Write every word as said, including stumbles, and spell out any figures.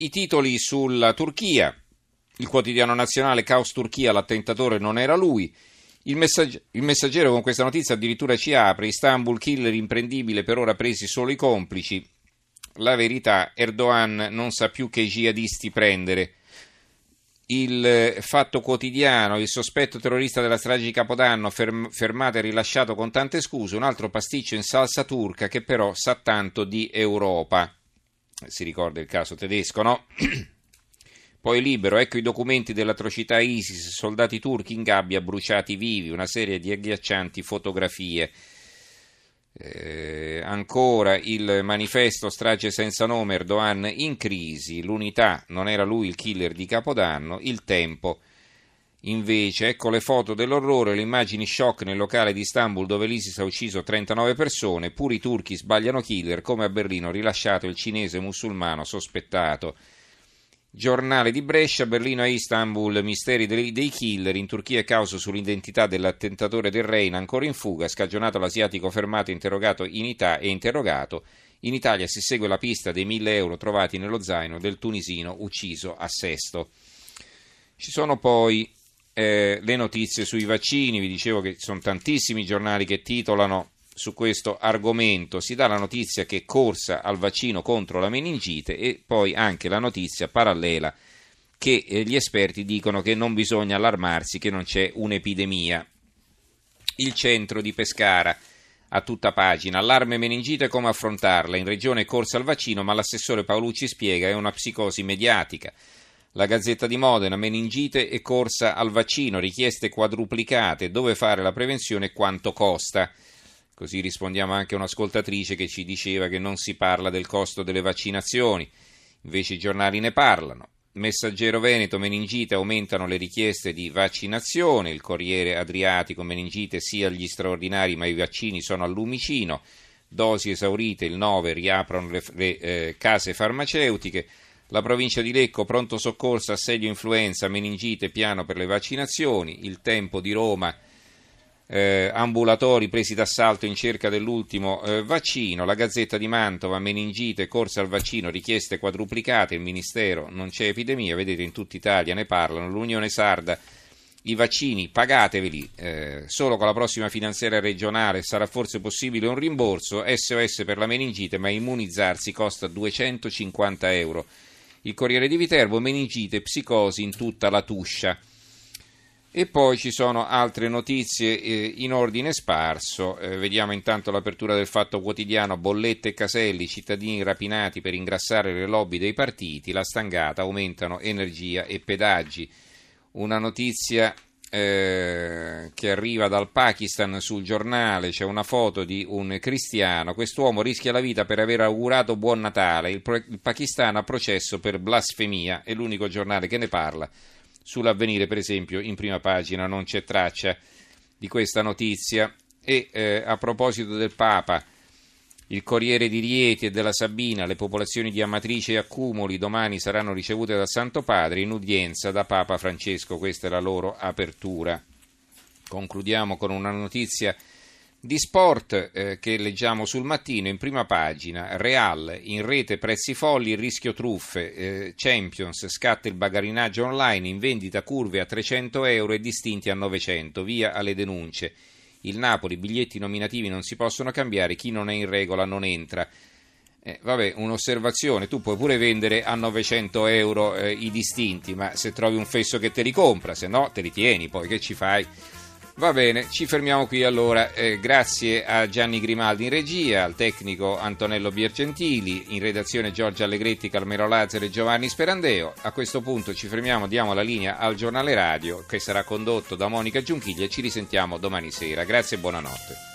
I titoli sulla Turchia. Il quotidiano nazionale, caos Turchia, l'attentatore non era lui. Il, messaggero, il messaggero con questa notizia addirittura ci apre: Istanbul, killer imprendibile, per ora presi solo i complici. La Verità, Erdogan non sa più che jihadisti prendere. Il Fatto Quotidiano, il sospetto terrorista della strage di Capodanno, ferm- fermato e rilasciato con tante scuse, un altro pasticcio in salsa turca che però sa tanto di Europa. Si ricorda il caso tedesco, no? Poi Libero, ecco i documenti dell'atrocità ISIS, soldati turchi in gabbia bruciati vivi, una serie di agghiaccianti fotografie. Eh, ancora il Manifesto, strage senza nome, Erdogan in crisi, l'Unità, non era lui il killer di Capodanno, il Tempo. Invece, ecco le foto dell'orrore, le immagini shock nel locale di Istanbul dove l'ISIS ha ucciso trentanove persone, pure i turchi sbagliano killer, come a Berlino rilasciato il cinese musulmano sospettato. Giornale di Brescia, Berlino e Istanbul, misteri dei, dei killer, in Turchia causa sull'identità dell'attentatore del Reina ancora in fuga, scagionato l'asiatico fermato interrogato in Ita- e interrogato. In Italia si segue la pista dei mille euro trovati nello zaino del tunisino ucciso a Sesto. Ci sono poi Eh, le notizie sui vaccini. Vi dicevo che ci sono tantissimi giornali che titolano su questo argomento. Si dà la notizia che corsa al vaccino contro la meningite e poi anche la notizia parallela che eh, gli esperti dicono che non bisogna allarmarsi, che non c'è un'epidemia. Il centro di Pescara a tutta pagina, allarme meningite, come affrontarla, in regione corsa al vaccino ma l'assessore Paolucci spiega è una psicosi mediatica. La Gazzetta di Modena, meningite e corsa al vaccino, richieste quadruplicate, dove fare la prevenzione e quanto costa. Così rispondiamo anche a un'ascoltatrice che ci diceva che non si parla del costo delle vaccinazioni, invece i giornali ne parlano. Messaggero Veneto, meningite, aumentano le richieste di vaccinazione, il Corriere Adriatico, meningite sia agli straordinari ma i vaccini sono al lumicino, dosi esaurite, il nove, riaprono le, le eh, case farmaceutiche. La provincia di Lecco, pronto soccorso, assedio influenza, meningite, piano per le vaccinazioni. Il Tempo di Roma, eh, ambulatori presi d'assalto in cerca dell'ultimo eh, vaccino. La Gazzetta di Mantova, meningite, corsa al vaccino, richieste quadruplicate. Il Ministero, non c'è epidemia, vedete in tutta Italia ne parlano. L'Unione Sarda, i vaccini pagateveli, eh, solo con la prossima finanziaria regionale sarà forse possibile un rimborso. S O S per la meningite, ma immunizzarsi costa duecentocinquanta euro. Il Corriere di Viterbo, meningite, psicosi in tutta la Tuscia. E poi ci sono altre notizie eh, in ordine sparso. Eh, vediamo intanto l'apertura del Fatto Quotidiano, bollette e caselli, cittadini rapinati per ingrassare le lobby dei partiti, la stangata, aumentano energia e pedaggi. Una notizia eh, che arriva dal Pakistan sul giornale, c'è una foto di un cristiano, quest'uomo rischia la vita per aver augurato buon Natale, il, pro- il Pakistan a processo per blasfemia, è l'unico giornale che ne parla. Sull'Avvenire per esempio in prima pagina non c'è traccia di questa notizia. E eh, a proposito del Papa, il Corriere di Rieti e della Sabina, le popolazioni di Amatrice e Accumoli domani saranno ricevute dal Santo Padre in udienza da Papa Francesco, questa è la loro apertura. Concludiamo con una notizia di sport eh, che leggiamo sul Mattino in prima pagina. Real, in rete prezzi folli, il rischio truffe, eh, Champions, scatta il bagarinaggio online, in vendita curve a trecento euro e distinti a novecento, via alle denunce. Il Napoli, biglietti nominativi non si possono cambiare, chi non è in regola non entra. Eh, vabbè, un'osservazione, tu puoi pure vendere a novecento euro eh, i distinti, ma se trovi un fesso che te li compra, se no te li tieni, poi che ci fai? Va bene, ci fermiamo qui allora, eh, grazie a Gianni Grimaldi in regia, al tecnico Antonello Piergentili, in redazione Giorgio Allegretti, Carmelo Lazzaro e Giovanni Sperandeo. A questo punto ci fermiamo, diamo la linea al giornale radio che sarà condotto da Monica Giunchiglia e ci risentiamo domani sera. Grazie e buonanotte.